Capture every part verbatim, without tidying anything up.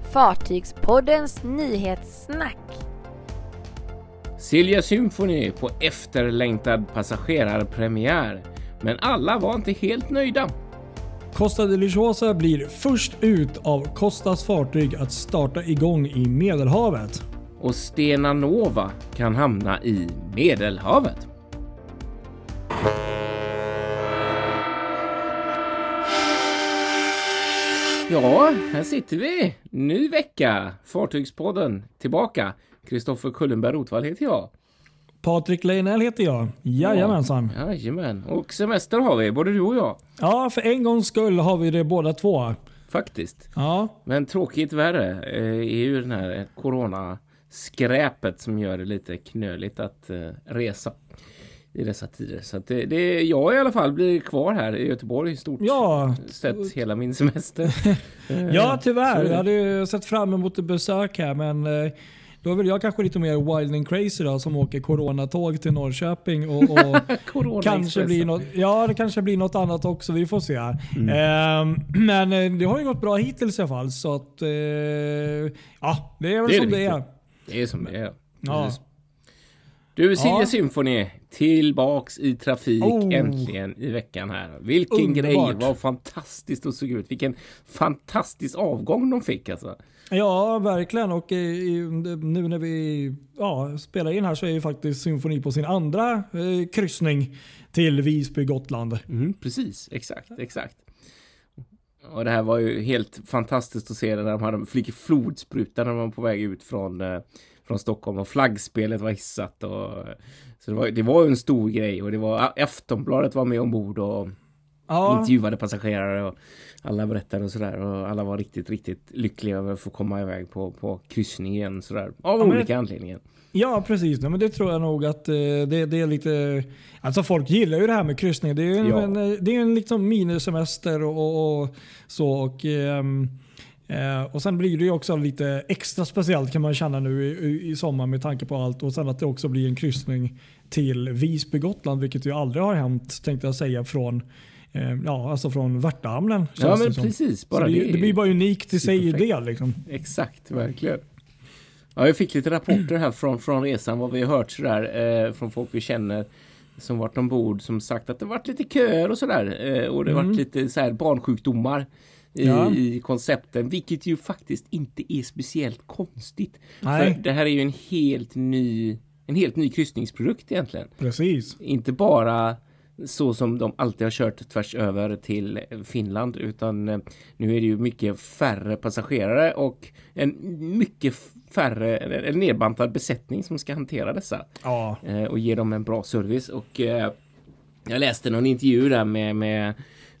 Fartygspoddens nyhetssnack. Silja Symphony på efterlängtad passagerarpremiär. Men alla var inte helt nöjda. Costa Deliciosa blir först ut av Costas fartyg att starta igång i Medelhavet. Och Stena Nova kan hamna i Medelhavet. Ja, här sitter vi. Ny vecka. Fartygspodden tillbaka. Kristoffer Kullenberg Rotvall heter jag. Patrik Leinell heter jag. Jajamensan. Ja, jajamän. Och semester har vi, både du och jag. Ja, för en gångs skull har vi det båda två. Faktiskt. Ja. Men tråkigt värre är ju den här coronaskräpet som gör det lite knöligt att resa i dessa tider. Så att det, det, jag i alla fall blir kvar här i Göteborg i stort ja. sett hela min semester. Ja, tyvärr. Jag hade ju sett fram emot ett besök här, men då är väl jag kanske lite mer wild and crazy då, som åker coronatåg till Norrköping och, och kanske blir något, ja, det kanske blir något annat också, vi får se. Mm. Eh, men det har ju gått bra hittills i alla fall, så att eh, ja, det är väl det är som det, det är. Det är som det är. Ja. Du, Silja ja. Symphony tillbaks i trafik oh. äntligen i veckan här. Vilken Underbart. grej, vad fantastiskt och såg ut. Vilken fantastisk avgång de fick alltså. Ja, verkligen. Och i, nu när vi ja, spelar in här så är ju faktiskt Symfoni på sin andra eh, kryssning till Visby, Gotland. Mm, precis, exakt, exakt. Och det här var ju helt fantastiskt att se när de hade flickor flodspruta när de var på väg ut från, eh, från Stockholm och flaggspelet var hissat. Och, så det var, det var ju en stor grej och det var Aftonbladet var med ombord och ja. intervjuade passagerare och alla berättade och sådär och alla var riktigt, riktigt lyckliga över att få komma iväg på, på kryssning igen sådär, av ja, olika det, anledningar. Ja, precis. Men det tror jag nog att eh, det, det är lite... Alltså folk gillar ju det här med kryssning. Det är ju en, ja. en, det är en liksom minisemester och, och så och... Eh, och sen blir det ju också lite extra speciellt kan man känna nu i, i sommar med tanke på allt. Och sen att det också blir en kryssning till Visby, Gotland, vilket ju aldrig har hänt, tänkte jag säga, från... Ja, alltså från Värtahamnen. Ja, men precis. Bara det, det, det blir bara unikt i sig i det. Liksom. Exakt, verkligen. Ja, jag fick lite rapporter här från, från resan, vad vi har hört sådär, eh, från folk vi känner som varit ombord, som sagt att det varit lite köer och sådär. Eh, och det mm. varit lite så här barnsjukdomar i, ja. i koncepten, vilket ju faktiskt inte är speciellt konstigt. Nej. För det här är ju en helt ny, en helt ny kryssningsprodukt egentligen. Precis. Inte bara... så som de alltid har kört tvärs över till Finland, utan nu är det ju mycket färre passagerare och en mycket färre, en nedbantad besättning som ska hantera dessa ja. och ge dem en bra service. Och jag läste någon intervju där med, med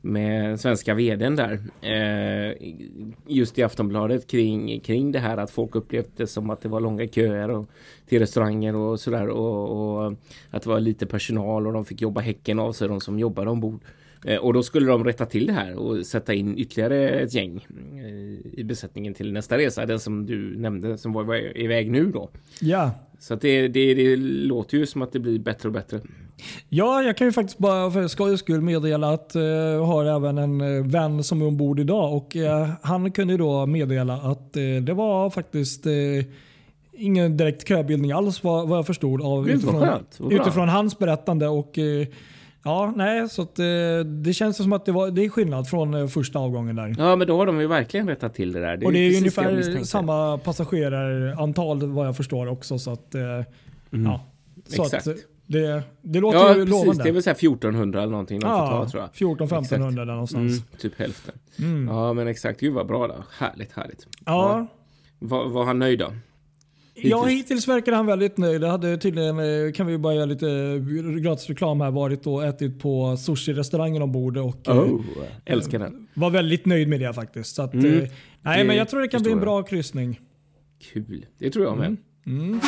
med svenska vdn där eh, just i Aftonbladet kring, kring det här att folk upplevde det som att det var långa köer och, till restauranger och sådär och, och att det var lite personal och de fick jobba häcken av sig, de som jobbade ombord. Eh, och då skulle de rätta till det här och sätta in ytterligare ett gäng eh, i besättningen till nästa resa, den som du nämnde som var iväg nu då. Ja. Så att det, det, det låter ju som att det blir bättre och bättre. Ja, jag kan ju faktiskt bara för skojs skull meddela att jag uh, har även en uh, vän som är ombord idag och uh, han kunde ju då meddela att uh, det var faktiskt uh, ingen direkt köbildning alls vad, vad jag förstod av Gud, utifrån, skönt, utifrån hans berättande och uh, ja, nej, så att, uh, det känns som att det, var, det är skillnad från uh, första avgången där. Ja, men då har de ju verkligen rättat till det där. Det och det är ju ungefär samma passagerarantal vad jag förstår också så att uh, mm. ja, så exakt. Att, Det, det låter ja, ju precis, lovande. Det är väl så här fjortonhundra eller någonting. Ja, ta, tror jag. fjorton femtonhundra där någonstans. Mm, typ hälften. Mm. Ja, men exakt. Gud vad bra då. Härligt, härligt. Ja. ja. Var, var han nöjd då? Hittills. Ja, hittills verkar han väldigt nöjd. Det hade tydligen, kan vi bara göra lite gratis reklam här, varit och ätit på sushi-restaurangen ombord och oh, älskar den. Var väldigt nöjd med det faktiskt. Så att, mm, eh, nej, det men jag tror det kan bli en bra jag. kryssning. Kul. Det tror jag med. Mm. Mm.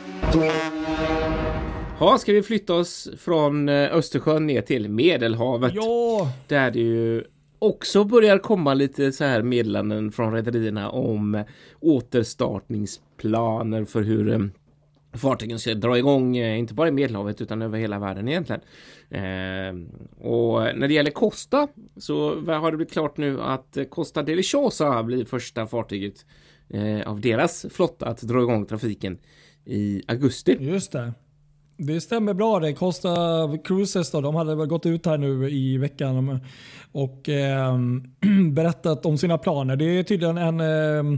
Ja, ska vi flytta oss från Östersjön ner till Medelhavet? Ja. Där det ju också börjar komma lite så här meddelanden från rederierna om återstartningsplaner för hur fartygen ska dra igång, inte bara i Medelhavet utan över hela världen egentligen. Eh, och när det gäller Costa så har det blivit klart nu att Costa Deliciosa blir första fartyget eh, av deras flotta att dra igång trafiken i augusti. Just det. Det stämmer bra det. Costa Cruises då, de hade väl gått ut här nu i veckan och eh, berättat om sina planer. Det är tydligen en eh,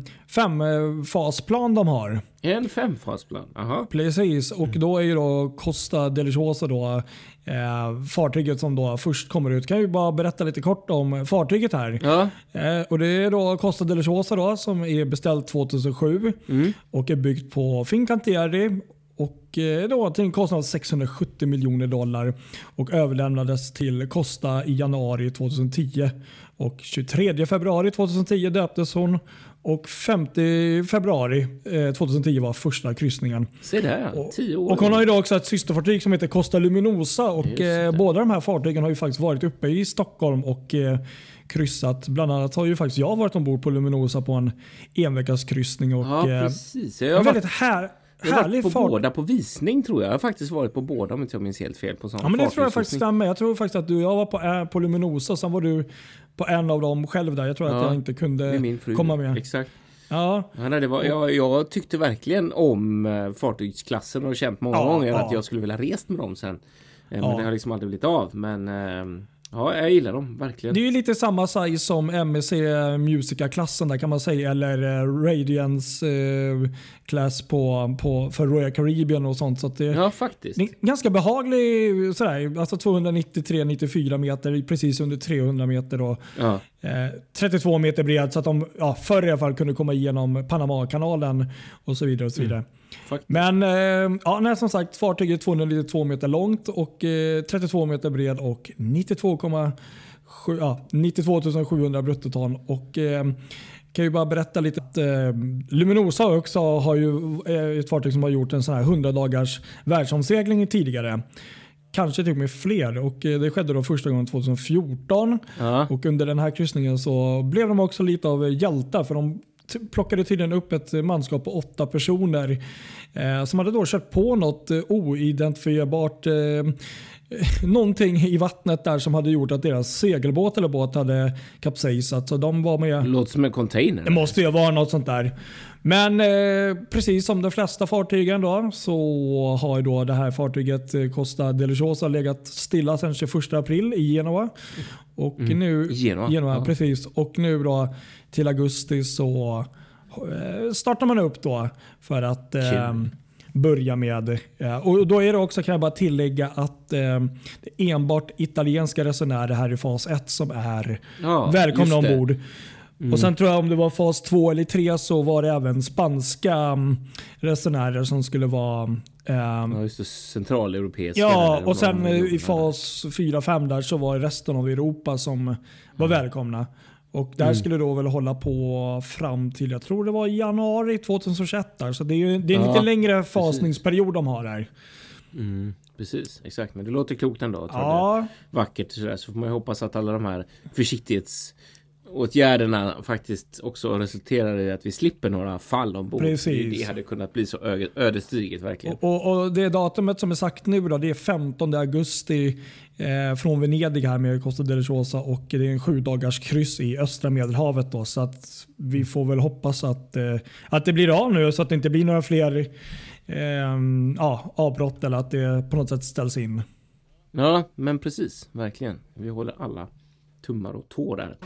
femfasplan de har. En femfasplan, aha. Precis, och då är ju då Costa Deliciosa då eh, fartyget som då först kommer ut. Kan ju bara berätta lite kort om fartyget här. Ja. Eh, och det är då Costa Deliciosa då som är beställt tvåtusensju Mm. och är byggt på Fincantieri. Och då till en kostnad av sexhundrasjuttio miljoner dollar och överlämnades till Costa i januari tjugohundratio. Och tjugotredje februari tjugohundratio döptes hon och femte februari tjugohundratio var första kryssningen. Se där, och, tio år. och hon har ju då också ett systerfartyg som heter Costa Luminosa och eh, båda de här fartygen har ju faktiskt varit uppe i Stockholm och eh, kryssat. Bland annat har ju faktiskt jag varit ombord på Luminosa på en enveckas kryssning och ja, eh, precis. Jag en har väldigt varit... här Jag har varit härlig på fart. båda på visning tror jag. Jag har faktiskt varit på båda om inte jag minns helt fel. På sån Ja, men det tror jag faktiskt stämmer. Jag tror faktiskt att du jag var på, på Luminosa och sen var du på en av dem själv där. Jag tror ja, att jag inte kunde min fru. komma med. Exakt. Ja. Ja, nej, det var, jag, jag tyckte verkligen om uh, fartygsklassen och känt många ja, gånger ja. att jag skulle vilja rest med dem sen. Uh, Ja. Men det har liksom aldrig blivit av. Men uh, ja, jag gillar dem verkligen. Det är ju lite samma size som M S C Musica-klassen där kan man säga. Eller uh, Radiance uh, klass på, på, för Royal Caribbean och sånt. Så att det, ja, faktiskt. Det är ganska behaglig sådär. Alltså tvåhundranittiotre nittiofyra meter, precis under trehundra meter. Och, Ja. eh, trettiotvå meter bred så att de ja, förr i alla fall kunde komma igenom Panama-kanalen och så vidare. Och så vidare. Mm. Men eh, ja, nej, som sagt, fartyget är tvåhundranittiotvå meter långt och eh, trettiotvå meter bred och nittiotvå komma sju, ja, nittiotvå tusen sjuhundra bruttoton. Och eh, kan ju bara berätta lite att eh, Luminosa också har ju eh, ett fartyg som har gjort en sån här hundra dagars världsomsegling tidigare. Kanske till och med fler och eh, det skedde då första gången tjugohundrafjorton. Ja. Och under den här kryssningen så blev de också lite av hjältar för de t- plockade tydligen upp ett manskap på åtta personer eh, som hade då kört på något eh, oidentifierbart eh, någonting i vattnet där som hade gjort att deras segelbåt eller båt hade kapsejsat. Så de var med. Det låter som en container. Det måste ju vara något sånt där. Men eh, precis som de flesta fartygen då så har ju då det här fartyget eh, Costa Deliciosa legat stilla sedan tjugoförsta april i Genova. Och Mm. nu Genova, Genova ja. precis. Och nu då till augusti så eh, startar man upp då för att eh, börja med. Eh, och då är det också, kan jag bara tillägga att eh, det är enbart italienska resenärer här i fas ett som är Ja, välkomna just det. ombord. Mm. Och sen tror jag om det var fas två eller tre så var det även spanska um, resenärer som skulle vara um, Ja, just det. Centraleuropeiska. ja, där, och sen de- eh, i fas fyra fem där så var det resten av Europa som var välkomna. Och där skulle då väl hålla på fram till, jag tror det var januari tjugohundratjugoett där. Så det är ju det är en Ja, lite längre fasningsperiod de har där. Mm, precis, exakt. Men det låter klokt ändå. Jag tror det Ja, är vackert sådär. Så får man ju hoppas att alla de här försiktighetsåtgärderna faktiskt också resulterar i att vi slipper några fall ombord. Precis. Det, det hade kunnat bli så ö- ödesdigert verkligen. och, och, och det datumet som är sagt nu då, det är femtonde augusti eh, från Venedig här med Costa Deliciosa och det är en sju dagars kryss i östra Medelhavet då, så att vi får väl hoppas att, eh, att det blir av nu så att det inte blir några fler eh, ja, avbrott eller att det på något sätt ställs in. Ja, men precis. Verkligen. Vi håller alla tummar och tår där.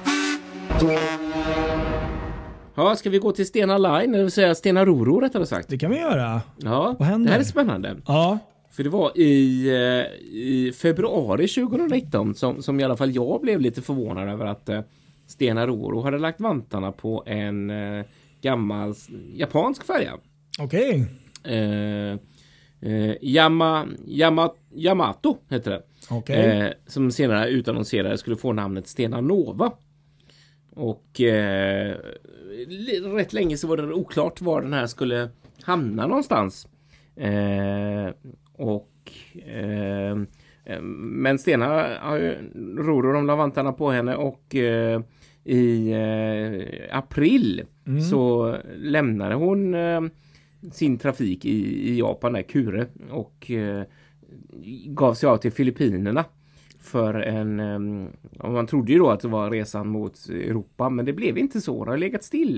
Ja, ska vi gå till Stena Line, eller vill säga Stena Roro rättare sagt? Det kan vi göra. Ja, Vad händer? det här är spännande. Ja, För det var i, eh, i februari tjugohundranitton som, som i alla fall jag blev lite förvånad över att eh, Stena Roro hade lagt vantarna på en eh, gammal japansk färja. okej. Eh, eh, Yama, Yama, Yamato heter det. Okej. Eh, som senare utannonserade skulle få namnet Stena Nova. Och eh, rätt länge så var det oklart var den här skulle hamna någonstans. Eh, och eh, men Stena har ju Roro de la vantarna på henne och eh, i eh, april Mm. så lämnade hon eh, sin trafik i, i Japan där, Kure, och eh, gav sig av till Filippinerna för en, um, man trodde ju då att det var resan mot Europa, men det blev inte så, det har legat still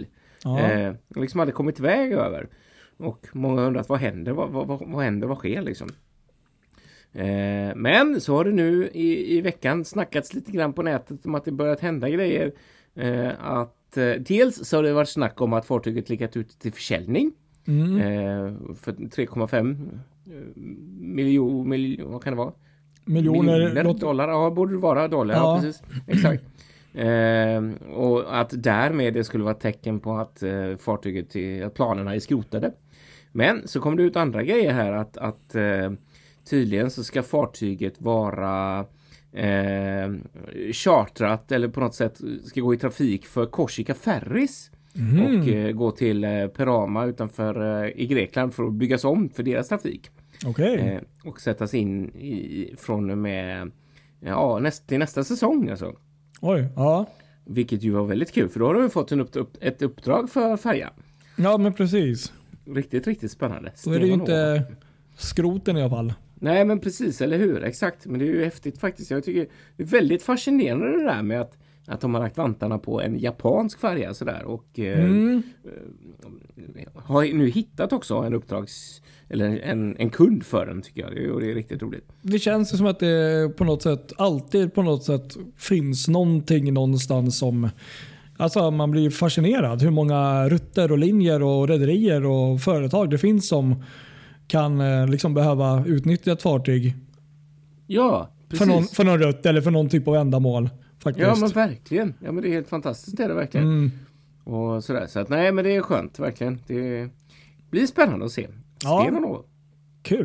Ja. Eh, liksom hade kommit iväg över. Och många undrat, vad händer? Vad, vad, vad, vad händer? Vad sker liksom? Eh, men så har det nu i, i veckan snackats lite grann på nätet om att det börjat hända grejer. Eh, att eh, dels så har det varit snack om att fartyget legat ut till försäljning. Mm. Eh, för tre komma fem miljoner, miljo, vad kan det vara? Miljoner, Miljoner låt... dollar, ja borde det vara dollar, ja, ja precis, exakt. Eh, och att därmed det skulle vara ett tecken på att eh, fartyget, till, att planerna är skrotade. Men så kom det ut andra grejer här att, att eh, tydligen så ska fartyget vara eh, chartrat eller på något sätt ska gå i trafik för Korsika Ferries. Mm. Och eh, gå till eh, Perama utanför eh, i Grekland för att byggas om för deras trafik. Okay. Eh, och sättas in i, från och med ja, näst, till nästa säsong alltså. Oj, ja. Vilket ju var väldigt kul för då har de fått en upp, upp, ett uppdrag för färja. Ja men precis. Riktigt, riktigt spännande. Då är det ju inte skroten i alla fall. Nej men precis, eller hur? Exakt, men det är ju häftigt faktiskt. Jag tycker det är väldigt fascinerande det där med att Att de har lagt vantarna på en japansk färja sådär och mm. eh, har nu hittat också en uppdrags eller en, en kund för den tycker jag. Och det är riktigt roligt. Det känns som att det på något sätt alltid på något sätt finns någonting någonstans som alltså man blir fascinerad hur många rutter och linjer och rederier och företag det finns som kan liksom behöva utnyttja ett fartyg. Ja, precis. För någon, för någon rutt eller för någon typ av ändamål. Faktiskt. Ja men verkligen. Ja men det är helt fantastiskt det är det verkligen. Mm. Och sådär. Så att nej men det är skönt verkligen. Det blir spännande att se. Ja. Se något. Kul.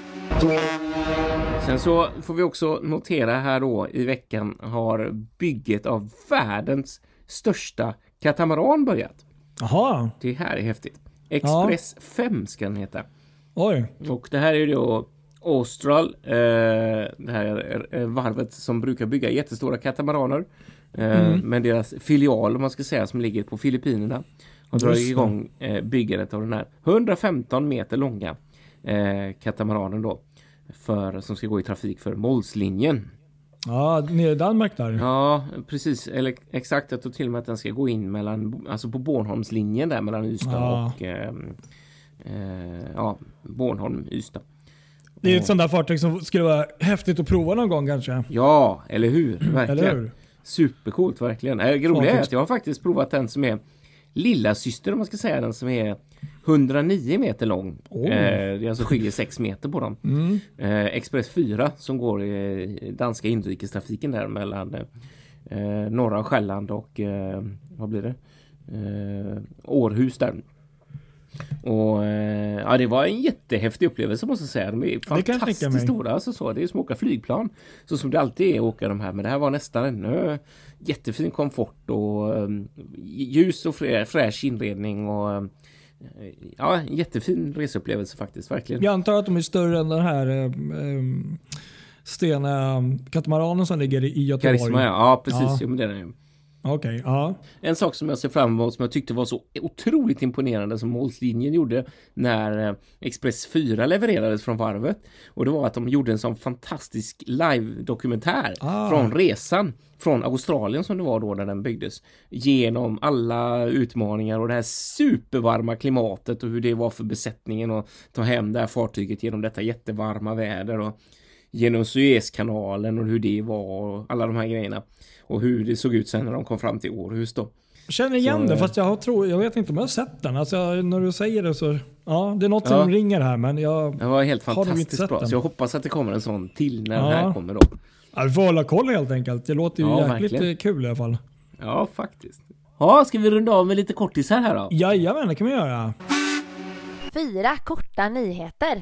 Sen så får vi också notera här då i veckan har bygget av världens största katamaran börjat. Jaha. Det här är häftigt. Express ja. fem ska den heta. Oj. Och det här är ju då Austral, eh, det här är varvet som brukar bygga jättestora katamaraner. Eh, mm. Men deras filial, om man ska säga, som ligger på Filippinerna har dragit igång eh, byggandet av den här hundrafemton meter långa eh, katamaranen då. För, som ska gå i trafik för Målslinjen. Ja, nere i Danmark där. Ja, precis. Eller exakt, jag tror till och med att den ska gå in mellan, alltså på Bornholmslinjen där mellan Ystad ja. och eh, eh, ja, Bornholm, Ystad. Det är ett sånt där fartyg som skulle vara häftigt att prova någon gång kanske. Ja, eller hur? Verkligen. Eller hur? Supercoolt, verkligen. Det roliga är att jag har faktiskt provat den som är lilla syster, om man ska säga, den som är hundranio meter lång. Oh. Eh, det alltså skiljer sex meter på dem. Mm. Eh, Express fyra som går i danska inrikestrafiken där mellan eh, norra Själland och eh, vad blir det? Eh, Århus där. Och eh, ja, det var en jättehäftig upplevelse måste jag säga. De är fantastiskt stora. Alltså så. Det är som att åka flygplan. Så som det alltid är att åka de här. Men det här var nästan en ö, jättefin komfort och um, ljus och frä, fräsch inredning och um, ja, en jättefin reseupplevelse faktiskt, verkligen. Jag antar att de är större än den här um, Stena katamaranen som ligger i Göteborg. Karisma, ja. Ja, precis. Ja. Jo, men det är det. Okay, ja. En sak som jag ser fram emot som jag tyckte var så otroligt imponerande som Målslinjen gjorde när Express fyra levererades från varvet. Och det var att de gjorde en sån fantastisk live-dokumentär ah. från resan från Australien som det var då när den byggdes. Genom alla utmaningar och det här supervarma klimatet och hur det var för besättningen att ta hem det här fartyget genom detta jättevarma väder och genom Suezkanalen och hur det var och alla de här grejerna. Och hur det såg ut sen när de kom fram till Århus då. Jag känner igen så, det fast jag, har tro, jag vet inte om jag har sett den. Alltså, när du säger det så ja, det är något ja. som ringer här men jag det var helt fantastiskt bra. Så jag hoppas att det kommer en sån till när ja. den här kommer då. Ja, vi får hålla koll helt enkelt. Det låter ju ja, jäkligt verkligen. Kul i alla fall. Ja, faktiskt. Ja, ska vi runda av med lite kortisar här då? Jajamän, det kan vi göra. Fyra korta nyheter.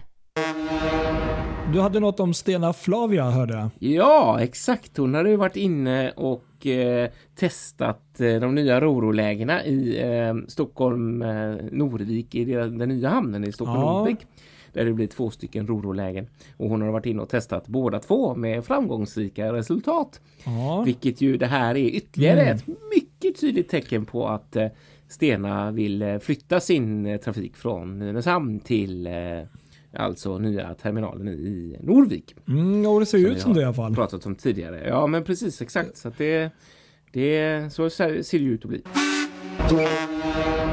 Du hade något om Stena Flavia, hörde jag. Ja, exakt. Hon hade ju varit inne och eh, testat eh, de nya rorolägena i eh, Stockholm eh, Norvik i den, den nya hamnen i Stockholm ja. Norvik. Där det blir två stycken rorolägen. Och hon har varit inne och testat båda två med framgångsrika resultat. Ja. Vilket ju det här är ytterligare mm. ett mycket tydligt tecken på att eh, Stena vill flytta sin trafik från Nynäshamn till... Eh, alltså nya terminalen i Norvik. Mm, och det ser ut som det i alla fall. Pratat om tidigare. Ja, men precis, exakt. Så att det, det så ser det ut att bli.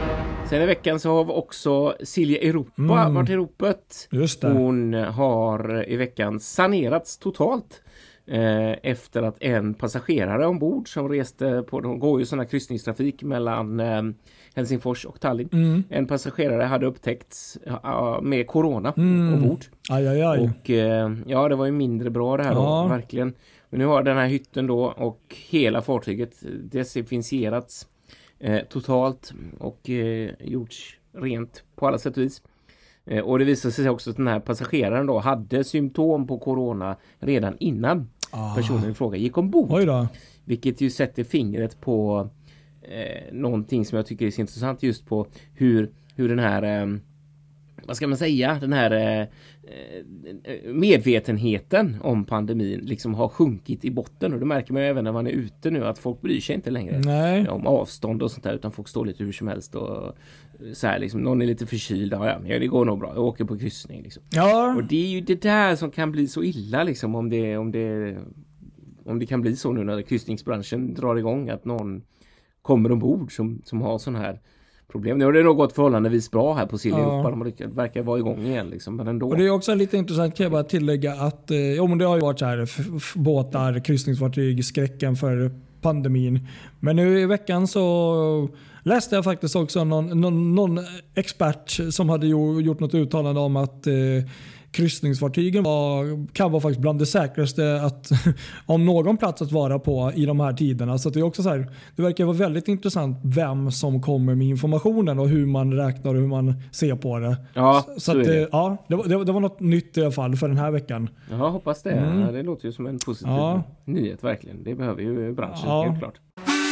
Sen i veckan så har vi också Silja Europa Mm. varit i ropet. Just det. Hon har i veckan sanerats totalt. Eh, efter att en passagerare ombord som reste på, de går ju sådana kryssningstrafik mellan eh, Helsingfors och Tallinn. Mm. En passagerare hade upptäckts uh, med corona Mm. ombord. Aj, aj, aj. Och eh, ja, det var ju mindre bra det här Ja. då, verkligen. Men nu har den här hytten då och hela fartyget desinficerats eh, totalt och eh, gjorts rent på alla sätt och vis. Eh, och det visade sig också att den här passageraren då hade symptom på corona redan innan Ah. personen i fråga gick ombord. Oj då. Vilket ju sätter fingret på eh, någonting som jag tycker är så intressant just på hur, hur den här eh, vad ska man säga, den här eh, medvetenheten om pandemin liksom har sjunkit i botten. Och det märker man ju även när man är ute nu att folk bryr sig inte längre Nej. om avstånd och sånt där, utan folk står lite hur som helst och så här liksom, någon är lite förkyld, ja, ja det går nog bra, jag åker på kryssning liksom. Ja. Och det är ju det där som kan bli så illa liksom, om det, om det om det kan bli så nu när kryssningsbranschen drar igång att någon kommer ombord som, som har sån här problem. Nu har det nog gått förhållandevis bra här på Silja Ja. Europa. De lyckats, verkar vara igång igen liksom, men ändå. Och det är också lite intressant, kan jag bara tillägga att eh, jo, men det har ju varit så här f- f- båtar, kryssningsfartyg, skräcken för pandemin. Men nu i veckan så läste jag faktiskt också någon, någon, någon expert som hade jo, gjort något uttalande om att eh, kryssningsfartygen var, kan vara faktiskt bland det säkraste att, om någon plats att vara på i de här tiderna. Så att det är också så här, det verkar vara väldigt intressant vem som kommer med informationen och hur man räknar och hur man ser på det. Ja, Så, så att, är det. eh, ja, det, var, det, var- det var något nytt i alla fall för den här veckan. Ja, hoppas det. Mm. Ja, det låter ju som en positiv Ja. nyhet verkligen. Det behöver ju branschen, Ja. helt klart.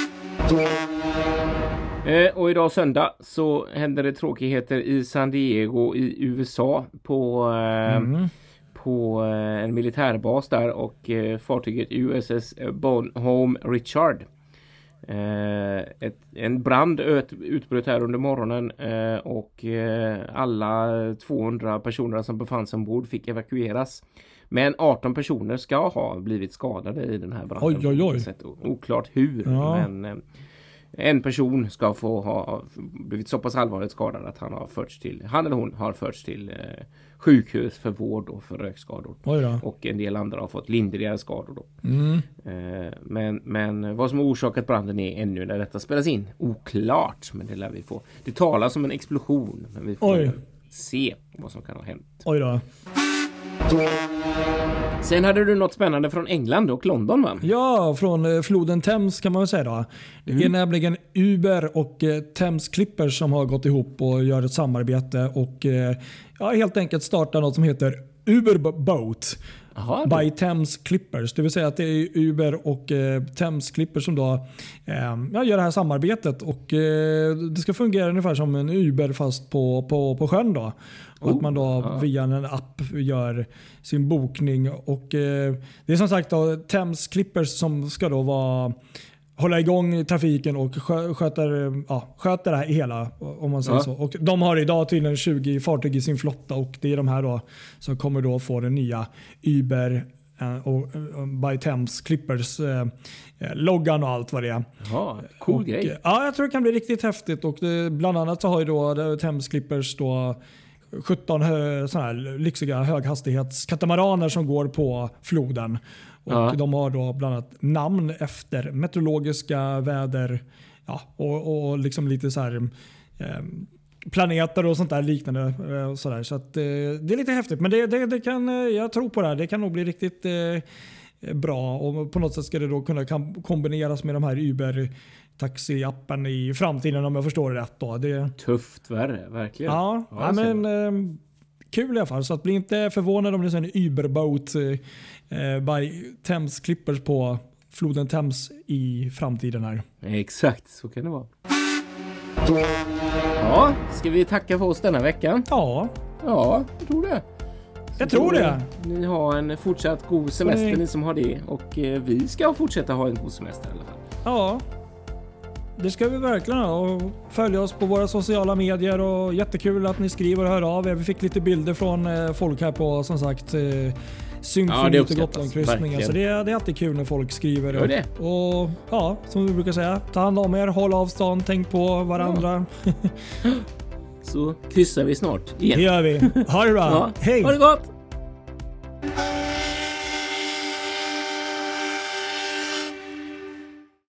Eh, och idag söndag så händer det tråkigheter i San Diego i U S A på, eh, Mm. på eh, en militärbas där, och eh, fartyget U S S Bonhomme Richard. Eh, ett, en brand öt, utbröt här under morgonen eh, och eh, alla tvåhundra personer som befann sig ombord fick evakueras. Men arton personer ska ha blivit skadade i den här branden. Oj, oj, oj. Så att, oklart hur, Ja. men eh, en person ska få ha blivit så pass allvarligt skadad att han har förts till, han eller hon har förts till eh, sjukhus för vård och för rökskador. Oj då. Och en del andra har fått lindrigare skador då. Mm. Eh, men, men vad som har orsakat branden är ännu när detta spelas in oklart, men det lär vi få. Det talas om en explosion, men vi får Oj. se vad som kan ha hänt. Oj då. Sen hade du något spännande från England och London, va? Ja, från eh, floden Thames kan man väl säga då. Det är nämligen Uber och eh, Thames Clippers som har gått ihop och gör ett samarbete och eh, ja, helt enkelt startar något som heter Uber Boat. Jaha, By Thames Clippers. Det vill säga att det är Uber och eh, Thames Clippers som då eh, ja, gör det här samarbetet. Och eh, det ska fungera ungefär som en Uber fast på, på, på sjön då. Och Oh, att man då ja. via en app gör sin bokning. Och eh, det är som sagt då Thames Clippers som ska då vara hålla igång trafiken och skö- sköter, ja, sköter det här hela, om man säger Ja. så. Och de har idag tydligen tjugo fartyg i sin flotta och det är de här då som kommer då få den nya Uber eh, och eh, By Thames Clippers eh, eh, loggan och allt vad det är. Jaha, cool och, grej. eh, Ja, jag tror det kan bli riktigt häftigt och det, bland annat så har ju då det, Thames Clippers då sjutton hö, såna här lyxiga höghastighetskatamaraner som går på floden. Och Ja. de har då bland annat namn efter meteorologiska väder, ja, och, och liksom lite så här eh, planeter och sånt där liknande. Eh, så där. Så att, eh, det är lite häftigt, men det, det, det kan, eh, jag tror på det här. Det kan nog bli riktigt eh, bra och på något sätt ska det då kunna kam- kombineras med de här Uber taxi-appen i framtiden om jag förstår det rätt. Då. Det, Tufft värre, verkligen. ja, Ja, ja, jag ser men eh, kul i alla fall. Så att bli inte förvånad om det är en Uber-boat eh, by Thames Clippers på floden Thames i framtiden här. Exakt, så kan det vara. Ja, ska vi tacka för oss denna veckan? Ja, Ja, jag tror det. jag tror det. Ni har en fortsatt god semester, ni- ni som har det. Och eh, vi ska fortsätta ha en god semester i alla fall. Ja, det ska vi verkligen ha. Och följa oss på våra sociala medier och jättekul att ni skriver och hör av er. Vi fick lite bilder från eh, folk här på som sagt eh, Symfoni ja, till Gotlandskryssningen. Så det, det är alltid kul när folk skriver. Gör det. Och ja, som vi brukar säga, ta hand om er, håll avstånd, tänk på varandra. Ja. Så kryssar vi snart igen. Det gör vi. Ha det bra. Ja. Hej! Ha det gott!